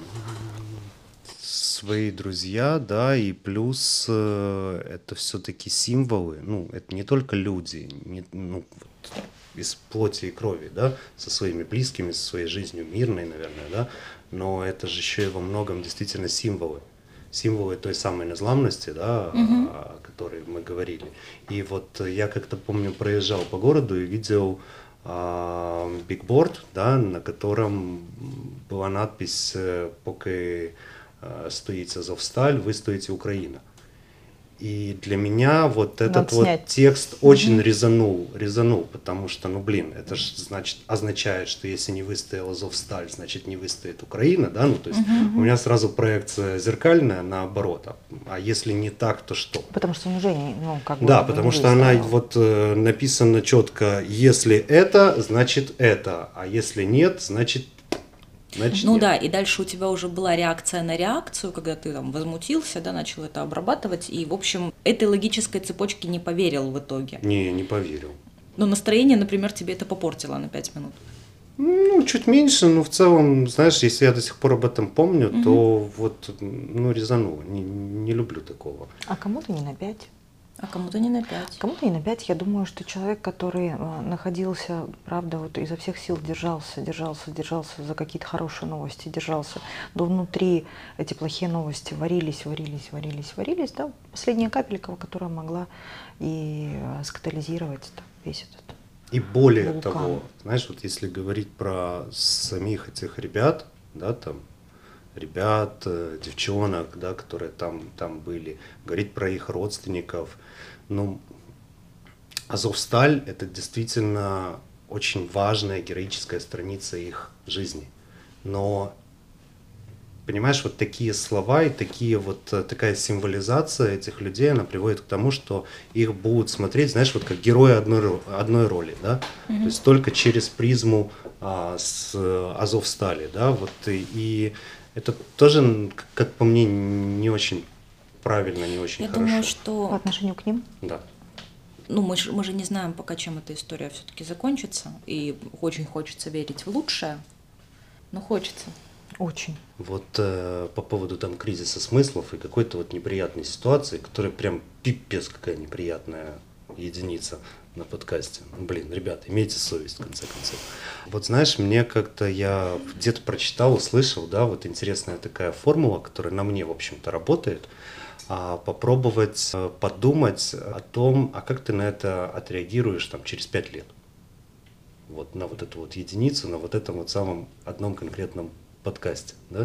Speaker 2: Свои друзья, да, и плюс э, это все-таки символы. Ну, это не только люди, не, ну, вот, из плоти и крови, да, со своими близкими, со своей жизнью мирной, наверное, да, но это же еще и во многом действительно символы. Символы той самой незламности, да,
Speaker 1: угу.
Speaker 2: о которой мы говорили. И вот я как-то помню, проезжал по городу и видел бигборд, да, на котором была надпись «Поки стоїть Азовсталь, вы стоите Украина». И для меня вот этот
Speaker 3: Надо
Speaker 2: вот
Speaker 3: снять.
Speaker 2: текст очень
Speaker 3: Угу.
Speaker 2: резанул, резанул, потому что, ну блин, это же значит, означает, что если не выстоял Азовсталь, значит не выстоит Украина, да, ну то есть
Speaker 1: угу.
Speaker 2: у меня сразу проекция зеркальная наоборот, а, а если не так, то что?
Speaker 3: Потому что он уже, ну, как бы...
Speaker 2: Да, потому что она вот э, написана четко, если это, значит это, а если нет, значит Значит,
Speaker 1: ну
Speaker 2: нет.
Speaker 1: да, и дальше у тебя уже была реакция на реакцию, когда ты там возмутился, да, начал это обрабатывать, и, в общем, этой логической цепочке не поверил в итоге.
Speaker 2: Не, не поверил.
Speaker 1: Но настроение, например, тебе это попортило на пять минут.
Speaker 2: Ну, чуть меньше, но в целом, знаешь, если я до сих пор об этом помню, угу. то вот, ну, резануло. Не, не люблю такого.
Speaker 3: А кому-то не на пять.
Speaker 1: А кому-то не на пять.
Speaker 3: Кому-то не на пять. Я думаю, что человек, который э, находился, правда, вот изо всех сил держался, держался, держался за какие-то хорошие новости, держался, да внутри эти плохие новости варились, варились, варились, варились, да, последняя капелька, которая могла и э, скатализировать да, весь этот.
Speaker 2: И более
Speaker 3: вулкан.
Speaker 2: того, знаешь, вот если говорить про самих этих ребят, да, там, ребят, э, девчонок, да, которые там, там были, говорить про их родственников, ну, Азовсталь — это действительно очень важная героическая страница их жизни. Но, понимаешь, вот такие слова и такие вот, такая символизация этих людей, она приводит к тому, что их будут смотреть, знаешь, вот как герои одной, одной роли, да, mm-hmm. то есть только через призму а, с Азовстали, да, вот и, и это тоже, как по мне, не очень правильно, не очень
Speaker 1: Я
Speaker 2: хорошо.
Speaker 1: думаю, что...
Speaker 3: По отношению к ним?
Speaker 2: Да.
Speaker 1: Ну, мы же, мы же не знаем пока, чем эта история все-таки закончится, и очень хочется верить в лучшее, но хочется.
Speaker 3: Очень.
Speaker 2: Вот э, по поводу там кризиса смыслов и какой-то вот неприятной ситуации, которая прям пипец какая неприятная единица на подкасте. Ну, блин, ребята, имейте совесть, в конце концов. Вот знаешь, мне как-то я где-то прочитал, услышал, да, вот интересная такая формула, которая на мне, в общем-то, работает. А попробовать подумать о том, а как ты на это отреагируешь там через пять лет. Вот на вот эту вот единицу, на вот этом вот самом одном конкретном подкасте, да.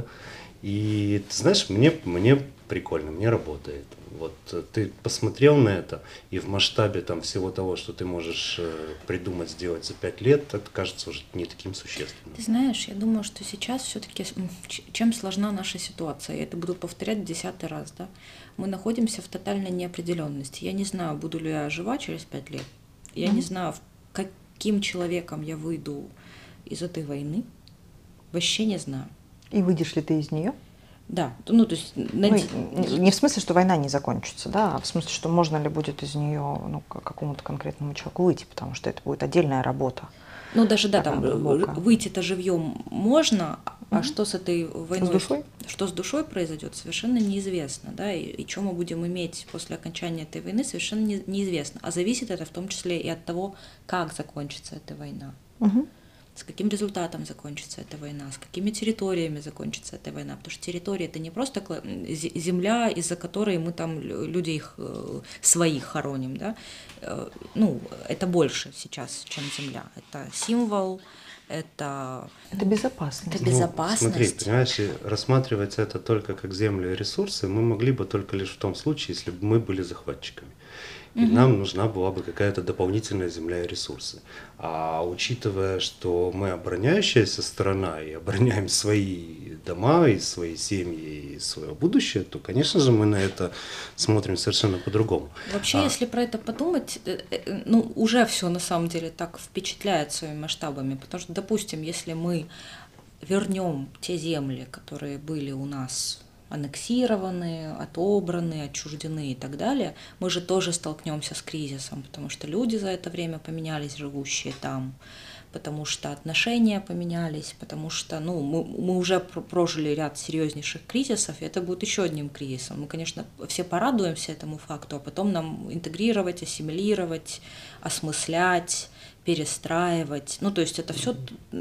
Speaker 2: И ты знаешь, мне, мне прикольно, мне работает. Вот ты посмотрел на это, и в масштабе там всего того, что ты можешь придумать, сделать за пять лет, это кажется уже не таким существенным.
Speaker 1: Ты знаешь, я думаю, что сейчас все-таки чем сложна наша ситуация, я это буду повторять в десятый раз, да, мы находимся в тотальной неопределенности. Я не знаю, буду ли я жива через пять лет, я mm-hmm. не знаю, каким человеком я выйду из этой войны, вообще не знаю.
Speaker 3: И выйдешь ли ты из нее?
Speaker 1: Да, ну то есть...
Speaker 3: Ну, не в смысле, что война не закончится, да, а в смысле, что можно ли будет из нее ну, какому-то конкретному человеку выйти, потому что это будет отдельная работа.
Speaker 1: Ну даже да, там выйти-то живьем можно, а угу. что с этой войной,
Speaker 3: с душой?
Speaker 1: Что с душой произойдет, совершенно неизвестно, да, и, и что мы будем иметь после окончания этой войны, совершенно не, неизвестно. А зависит это в том числе и от того, как закончится эта война. Угу. С каким результатом закончится эта война, с какими территориями закончится эта война. Потому что территория — это не просто земля, из-за которой мы там людей своих хороним. Да? Ну, это больше сейчас, чем земля. Это символ, это...
Speaker 3: Это безопасность.
Speaker 1: Это безопасность.
Speaker 2: Ну, смотри, понимаешь, рассматривать это только как землю и ресурсы мы могли бы только лишь в том случае, если бы мы были захватчиками. И угу. нам нужна была бы какая-то дополнительная земля и ресурсы. А учитывая, что мы обороняющаяся сторона и обороняем свои дома, и свои семьи, и свое будущее, то, конечно же, мы на это смотрим совершенно по-другому.
Speaker 1: Вообще, а... если про это подумать, ну, уже все на самом деле так впечатляет своими масштабами. Потому что, допустим, если мы вернем те земли, которые были у нас аннексированы, отобраны, отчуждены и так далее, мы же тоже столкнемся с кризисом, потому что люди за это время поменялись, живущие там, потому что отношения поменялись, потому что ну, мы, мы уже прожили ряд серьезнейших кризисов, и это будет еще одним кризисом. Мы, конечно, все порадуемся этому факту, а потом нам интегрировать, ассимилировать, осмыслять, перестраивать. Ну, то есть это все...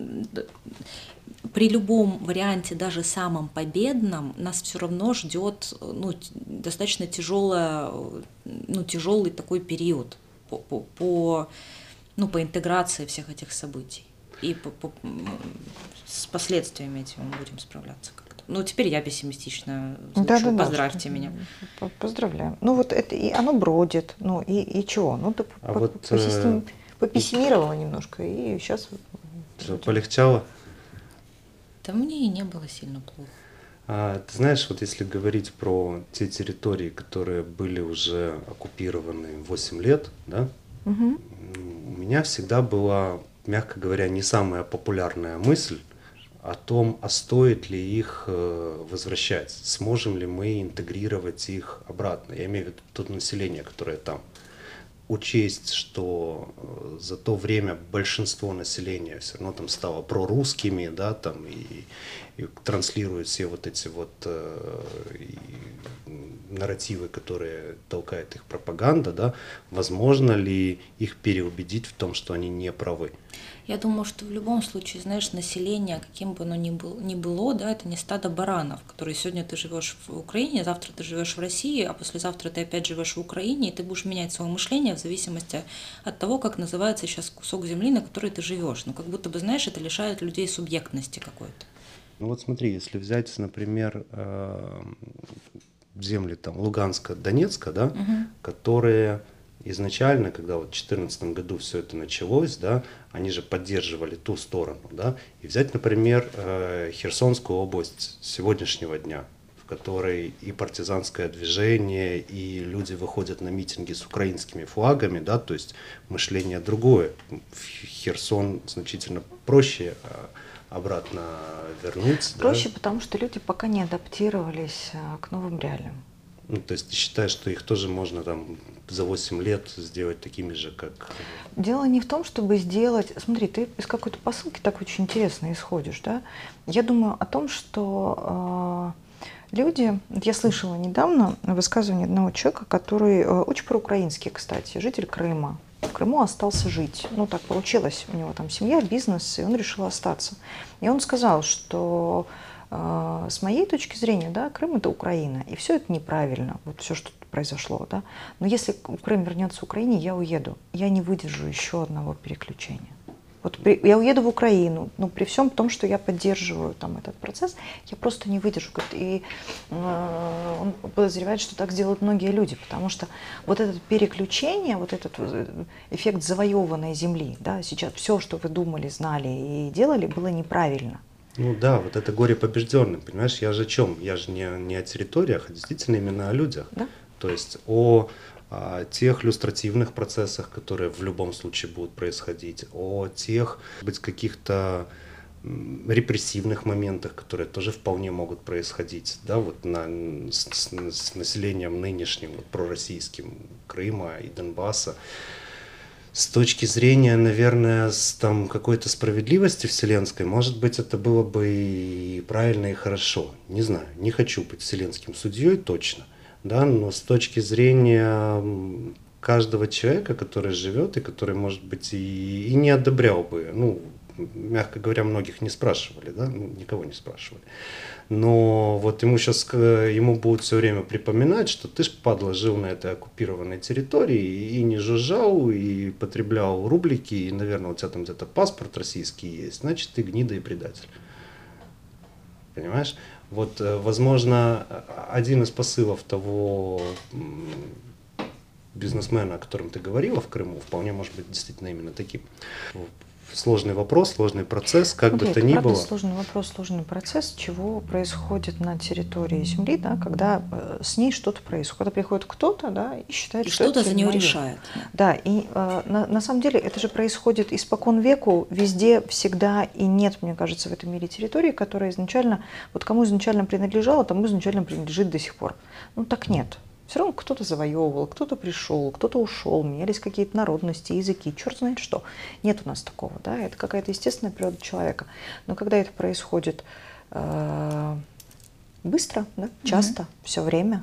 Speaker 1: При любом варианте, даже самом победном, нас все равно ждет ну, достаточно тяжелая, ну, тяжелый такой период по, по, по, ну, по интеграции всех этих событий. И по, по, с последствиями этим мы будем справляться как-то. Ну, теперь я пессимистично звучу. Да, да, поздравьте да. меня.
Speaker 3: Поздравляем. Ну, вот это и оно бродит. Ну, и, и чего? Ну, ты а по, вот, по, попессимировала и... немножко, и сейчас...
Speaker 2: Все, полегчало?
Speaker 1: Да мне и не было сильно плохо.
Speaker 2: А, ты знаешь, вот если говорить про те территории, которые были уже оккупированы восемь лет, да, угу. у меня всегда была, мягко говоря, не самая популярная мысль о том, а стоит ли их возвращать, сможем ли мы интегрировать их обратно. Я имею в виду то население, которое там. Учесть, что за то время большинство населения все равно там стало прорусскими, да, там и, и транслируют все вот эти вот, и, нарративы, которые толкает их пропаганда, да, возможно ли их переубедить в том, что они не правы?
Speaker 1: Я думаю, что в любом случае, знаешь, население, каким бы оно ни, был, ни было, да, это не стадо баранов, которые сегодня ты живешь в Украине, завтра ты живешь в России, а послезавтра ты опять живешь в Украине, и ты будешь менять свое мышление в зависимости от того, как называется сейчас кусок земли, на который ты живешь. Ну, как будто бы, знаешь, это лишает людей субъектности какой-то.
Speaker 2: Ну вот смотри, если взять, например, земли там Луганска, Донецка, да, угу. которые изначально, когда вот в две тысячи четырнадцатом году все это началось, да, они же поддерживали ту сторону, да, и взять, например, Херсонскую область сегодняшнего дня, в которой и партизанское движение, и люди выходят на митинги с украинскими флагами, да, то есть мышление другое. В Херсон значительно проще обратно вернуться.
Speaker 3: Проще,
Speaker 2: да?
Speaker 3: Потому что люди пока не адаптировались к новым реалиям.
Speaker 2: Ну, то есть ты считаешь, что их тоже можно там за восемь лет сделать такими же, как...
Speaker 3: Дело не в том, чтобы сделать... Смотри, ты из какой-то посылки так очень интересно исходишь, да? Я думаю о том, что э, люди... Я слышала недавно высказывание одного человека, который э, очень проукраинский, кстати, житель Крыма. В Крыму остался жить. Ну, так получилось. У него там семья, бизнес, и он решил остаться. И он сказал, что э, с моей точки зрения, да, Крым – это Украина, и все это неправильно, вот все, что тут произошло, да. Но если Крым вернется в Украине, я уеду. Я не выдержу еще одного переключения. Вот при, я уеду в Украину, но при всем том, что я поддерживаю там этот процесс, я просто не выдержу. И э, он подозревает, что так делают многие люди, потому что вот это переключение, вот этот эффект завоеванной земли, да, сейчас все, что вы думали, знали и делали, было неправильно.
Speaker 2: Ну да, вот это горе побежденным, понимаешь, я же о чем? Я же не, не о территориях, а действительно именно о людях.
Speaker 3: Да?
Speaker 2: То есть о... о тех люстративных процессах, которые в любом случае будут происходить, о тех, быть, каких-то репрессивных моментах, которые тоже вполне могут происходить, да, вот на, с, с населением нынешним, вот, пророссийским Крыма и Донбасса. С точки зрения, наверное, с, там, какой-то справедливости вселенской, может быть, это было бы и правильно, и хорошо. Не знаю, не хочу быть вселенским судьей точно. Да, но с точки зрения каждого человека, который живет и который, может быть, и, и не одобрял бы, ну, мягко говоря, многих не спрашивали, да, ну, никого не спрашивали. Но вот ему сейчас, ему будут все время припоминать, что ты ж, падла, жил на этой оккупированной территории и не жужжал, и потреблял рублики, и, наверное, у тебя там где-то паспорт российский есть, значит, ты гнида и предатель. Понимаешь? Вот, возможно, один из посылов того бизнесмена, о котором ты говорила в Крыму, вполне может быть действительно именно таким. Сложный вопрос, сложный процесс, как
Speaker 3: Смотри,
Speaker 2: бы то
Speaker 3: это
Speaker 2: ни
Speaker 3: правда
Speaker 2: было.
Speaker 3: Сложный вопрос, сложный процесс, чего происходит на территории Земли, да, когда с ней что-то происходит. Когда приходит кто-то, да, и считает,
Speaker 1: и
Speaker 3: что
Speaker 1: что-то
Speaker 3: это
Speaker 1: за нее
Speaker 3: моё.
Speaker 1: решает.
Speaker 3: Да, и э, на, на самом деле это же происходит испокон веку, везде, всегда, и нет, мне кажется, в этом мире территории, которая изначально, вот кому изначально принадлежала, тому изначально принадлежит до сих пор. Ну так нет. Все равно кто-то завоевывал, кто-то пришел, кто-то ушел, менялись какие-то народности, языки, черт знает что. Нет у нас такого, да, это какая-то естественная природа человека. Но когда это происходит э, быстро, да, часто, mm-hmm. все время,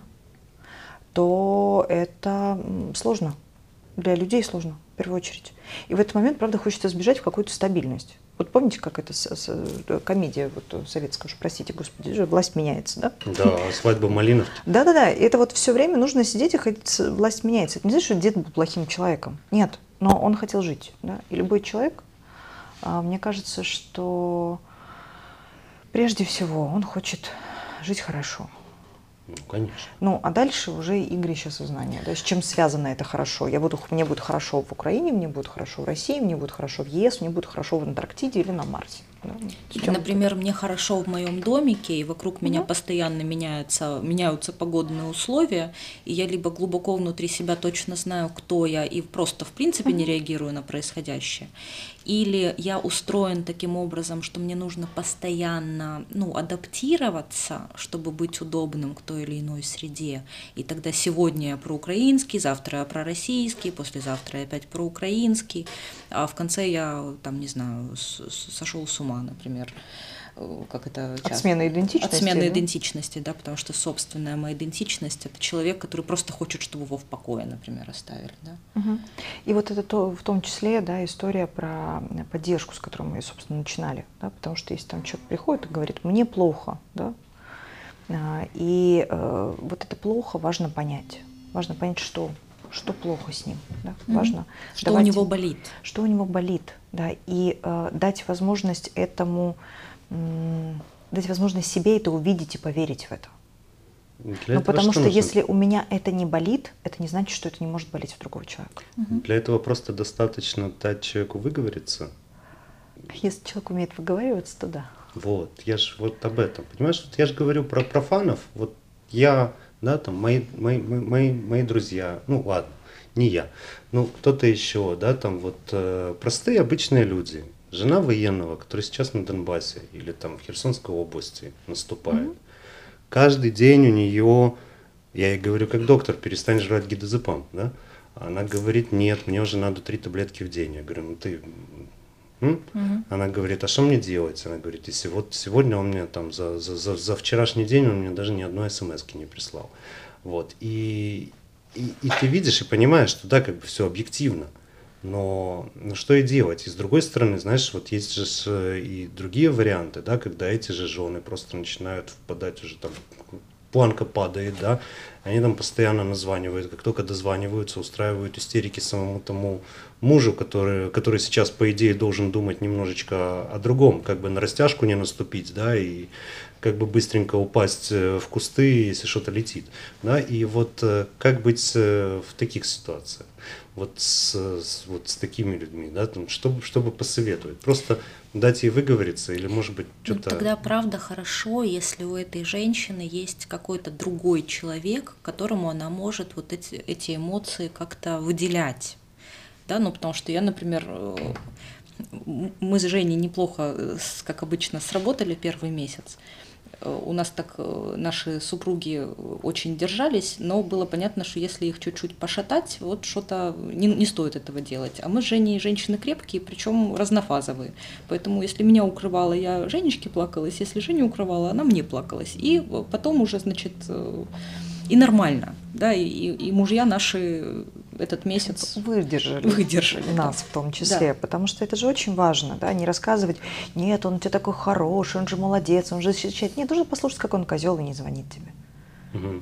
Speaker 3: то это сложно. Для людей сложно, в первую очередь. И в этот момент, правда, хочется сбежать в какую-то стабильность. Вот помните, как это с, с, комедия вот, советская, уж простите, господи, же власть меняется, да?
Speaker 2: Да, свадьба Малиновки.
Speaker 3: Да-да-да, это вот все время нужно сидеть и ходить, власть меняется. Это не значит, что дед был плохим человеком. Нет, но он хотел жить, да? И любой человек, мне кажется, что прежде всего он хочет жить хорошо.
Speaker 2: Ну, конечно.
Speaker 3: Ну, а дальше уже игрища сознания. Да, с чем связано это хорошо? Я буду, мне будет хорошо в Украине, мне будет хорошо в России, мне будет хорошо в ЕС, мне будет хорошо в Антарктиде или на Марсе. Да?
Speaker 1: Или, например, мне хорошо в моем домике, и вокруг меня
Speaker 3: да.
Speaker 1: постоянно меняются, меняются погодные условия, и я либо глубоко внутри себя точно знаю, кто я, и просто в принципе не реагирую на происходящее, или я устроен таким образом, что мне нужно постоянно, ну, адаптироваться, чтобы быть удобным к той или иной среде. И тогда сегодня я проукраинский, завтра я пророссийский, послезавтра я опять проукраинский, а в конце я, там, не знаю, сошел с ума, например. как это
Speaker 3: часто? От смены идентичности.
Speaker 1: От смены
Speaker 3: да?
Speaker 1: идентичности, да, потому что собственная моя идентичность – это человек, который просто хочет, чтобы его в покое, например, оставили, да.
Speaker 3: Угу. И вот это то, в том числе, да, история про поддержку, с которой мы, собственно, начинали, да, потому что если там человек приходит и говорит: мне плохо, да, и э, вот это плохо важно понять, важно понять, что что плохо с ним, да? Mm-hmm. Важно,
Speaker 1: что давать, у него болит,
Speaker 3: что у него болит, да, и э, дать возможность этому, м- дать возможность себе это увидеть и поверить в это. Для ну, потому что, что если у меня это не болит, это не значит, что это не может болеть у другого человека.
Speaker 2: Mm-hmm. Для этого просто достаточно дать человеку выговориться.
Speaker 3: Если человек умеет выговариваться, то да.
Speaker 2: Вот, я же вот об этом, понимаешь, вот я же говорю про профанов, вот я, да, там, мои, мои, мои, мои друзья, ну ладно, не я, ну кто-то еще, да, там вот э, простые обычные люди, жена военного, который сейчас на Донбассе или там в Херсонской области наступает, mm-hmm. каждый день у нее, я ей говорю, как доктор, перестань жрать гидозепам, да, она говорит: нет, мне уже надо три таблетки в день, я говорю: ну ты... Угу. Она говорит: а что мне делать? Она говорит: если вот сегодня он мне там за, за, за, за вчерашний день он мне даже ни одной смс-ки не прислал. Вот. И, и, и ты видишь и понимаешь, что да, как бы все объективно. Но ну, что и делать? И с другой стороны, знаешь, вот есть же и другие варианты, да, когда эти же жены просто начинают впадать уже там, планка падает, да, они там постоянно названивают, как только дозваниваются, устраивают истерики самому тому мужу, который, который сейчас, по идее, должен думать немножечко о другом, как бы на растяжку не наступить, да, и как бы быстренько упасть в кусты, если что-то летит, да, и вот как быть в таких ситуациях, вот с, с, вот с такими людьми, да, там, чтобы, чтобы посоветовать, просто дать ей выговориться или, может быть, что-то...
Speaker 1: Ну, тогда правда хорошо, если у этой женщины есть какой-то другой человек, которому она может вот эти, эти эмоции как-то выделять. Да, ну, потому что я, например, мы с Женей неплохо, как обычно, сработали первый месяц. У нас так наши супруги очень держались, но было понятно, что если их чуть-чуть пошатать, вот что-то не, не стоит этого делать. А мы с Женей женщины крепкие, причем разнофазовые. Поэтому если меня укрывала, я Женечке плакалась, если Женя укрывала, она мне плакалась. И потом уже, значит, и нормально, да, и, и мужья наши этот месяц
Speaker 3: выдержали,
Speaker 1: выдержали
Speaker 3: нас
Speaker 1: да.
Speaker 3: в том числе, да. Потому что это же очень важно, да, не рассказывать: нет, он у тебя такой хороший, он же молодец, он же защищает. Нет, нужно послушать, как он козел и не звонит тебе. Угу.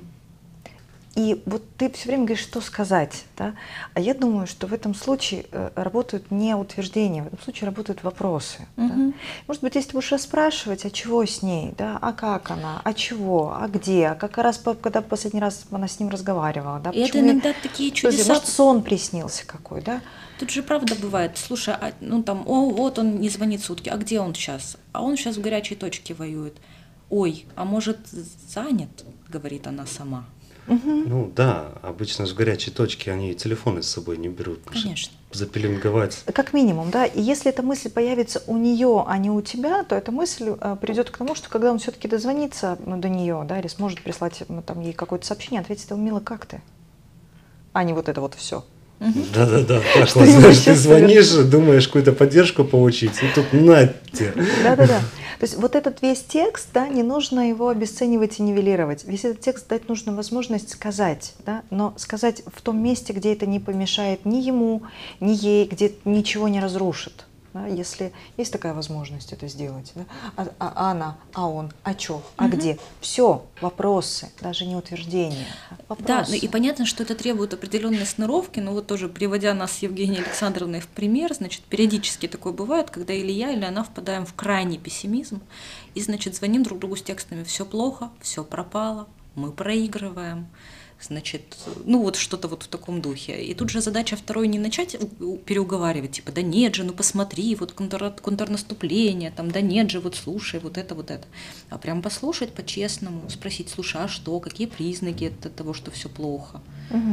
Speaker 3: И вот ты все время говоришь, что сказать, да? А я думаю, что в этом случае работают не утверждения, в этом случае работают вопросы. Угу. Да? Может быть, если ты будешь расспрашивать, а чего с ней, да? А как она, а чего, а где, а как раз, когда последний раз она с ним разговаривала, да?
Speaker 1: И это иногда я... такие чудеса.
Speaker 3: Может, сон приснился какой, да?
Speaker 1: Тут же правда бывает: слушай, а, ну там, о, вот он не звонит сутки, а где он сейчас? А он сейчас в горячей точке воюет. Ой, а может, занят, говорит она сама.
Speaker 2: Угу. Ну да, обычно в горячей точке они телефоны с собой не берут.
Speaker 1: Конечно.
Speaker 2: Запеленговать.
Speaker 3: Как минимум, да. И если эта мысль появится у нее, а не у тебя, то эта мысль а, придет к тому, что когда он все-таки дозвонится ну, до нее, да, или сможет прислать ну, там, ей какое-то сообщение, ответить: мила, как ты? А не вот это вот все.
Speaker 2: Да-да-да, так вот, знаешь, ты звонишь, думаешь какую-то поддержку получить, и тут на тебе.
Speaker 3: Да-да-да. То есть вот этот весь текст, да, не нужно его обесценивать и нивелировать. Весь этот текст дать нужно возможность сказать, да, но сказать в том месте, где это не помешает ни ему, ни ей, где ничего не разрушит. Да, если есть такая возможность это сделать. Да? А, а она, а он, а чё, а угу. где? Все, вопросы, даже не утверждения. Вопросы.
Speaker 1: Да, ну и понятно, что это требует определенной сноровки, но вот тоже приводя нас с Евгенией Александровной в пример, значит, периодически такое бывает, когда или я, или она впадаем в крайний пессимизм, и, значит, звоним друг другу с текстами: все плохо, все пропало, мы проигрываем. Значит, ну вот что-то вот в таком духе. И тут же задача второй не начать переуговаривать, типа: да нет же, ну посмотри, вот контр, контрнаступление, там, да нет же, вот слушай, вот это, вот это. А прям послушать по-честному, спросить: слушай, а что, какие признаки того, что все плохо?
Speaker 3: Угу.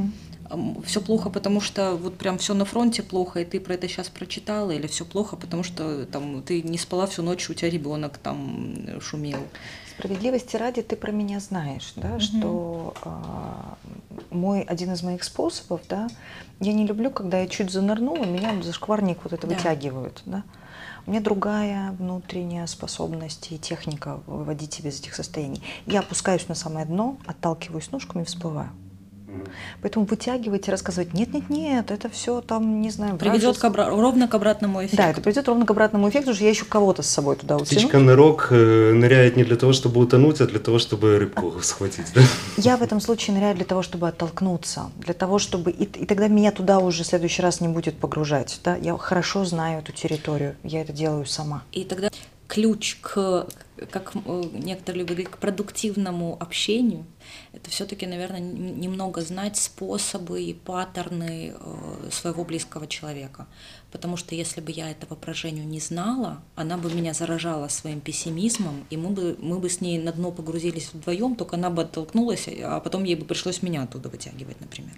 Speaker 1: Все плохо, потому что вот прям все на фронте плохо, и ты про это сейчас прочитала, или все плохо, потому что там ты не спала всю ночь, у тебя ребенок там шумел.
Speaker 3: Справедливости ради, ты про меня знаешь, да, угу. что а, мой, один из моих способов, да, я не люблю, когда я чуть занырнула, меня зашкварник вот это да. вытягивают, да. У меня другая внутренняя способность и техника выводить себя из этих состояний. Я опускаюсь на самое дно, отталкиваюсь ножками и всплываю. Поэтому вытягивать и рассказывать, нет-нет-нет, это все там, не знаю...
Speaker 1: Приведет к обра- ровно к обратному эффекту.
Speaker 3: Да, это приведет ровно к обратному эффекту, потому что я еще кого-то с собой туда утяну.
Speaker 2: Птичка-нырок ныряет не для того, чтобы утонуть, а для того, чтобы рыбку а... схватить, да?
Speaker 3: Я в этом случае ныряю для того, чтобы оттолкнуться, для того, чтобы... И, и тогда меня туда уже в следующий раз не будет погружать, да? Я хорошо знаю эту территорию, я это делаю сама.
Speaker 1: И тогда ключ к, как некоторые люди говорят, к продуктивному общению, это все-таки, наверное, немного знать способы и паттерны своего близкого человека. Потому что если бы я этого про Женю не знала, она бы меня заражала своим пессимизмом, и мы бы, мы бы с ней на дно погрузились вдвоем, только она бы оттолкнулась, а потом ей бы пришлось меня оттуда вытягивать, например.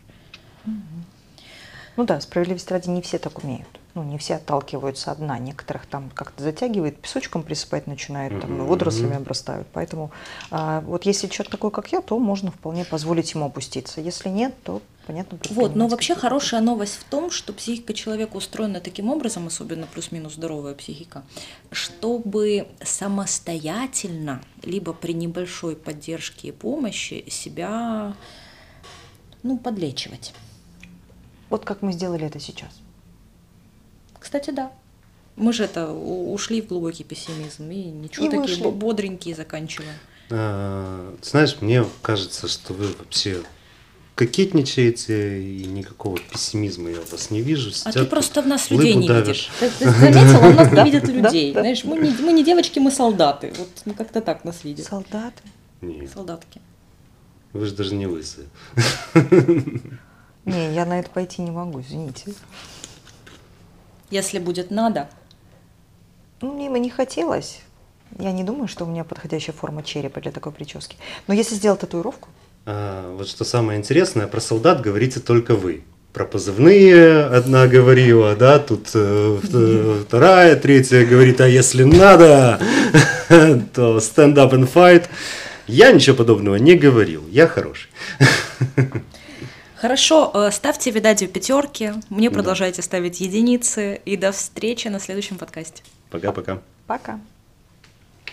Speaker 3: Ну да, справедливости ради, не все так умеют. Ну, не все отталкиваются от дна. Некоторых там как-то затягивает, песочком присыпать начинают, там, водорослями обрастают. Поэтому а, вот если человек такой, как я, то можно вполне позволить ему опуститься. Если нет, то понятно.
Speaker 1: Вот, но вообще хорошая новость в том, что психика человека устроена таким образом, особенно плюс-минус здоровая психика, чтобы самостоятельно, либо при небольшой поддержке и помощи себя, ну, подлечивать.
Speaker 3: Вот как мы сделали это сейчас.
Speaker 1: Кстати, да. Мы же это ушли в глубокий пессимизм и ничего, и такие вышли. Бодренькие заканчиваем.
Speaker 2: А, знаешь, мне кажется, что вы вообще кокетничаете, и никакого пессимизма я у вас не вижу.
Speaker 1: А ты просто в нас людей не видишь. Ты, ты заметила, он нас не видит людей. Знаешь, мы не, мы не девочки, мы солдаты. Вот мы как-то так нас видят.
Speaker 3: Солдаты?
Speaker 2: Нет.
Speaker 1: Солдатки.
Speaker 2: Вы же даже не лысые.
Speaker 3: Не, я на это пойти не могу, извините.
Speaker 1: Если будет надо.
Speaker 3: Ну, мне бы не хотелось. Я не думаю, что у меня подходящая форма черепа для такой прически. Но если сделать татуировку...
Speaker 2: А, вот что самое интересное, про солдат говорите только вы. Про позывные одна говорила, да, тут э, вторая, третья говорит, а если надо, то stand up and fight. Я ничего подобного не говорил, я хороший.
Speaker 1: Хорошо, ставьте Видадию пятерки, мне продолжайте ставить единицы, и до встречи на следующем подкасте.
Speaker 2: Пока-пока.
Speaker 3: Пока.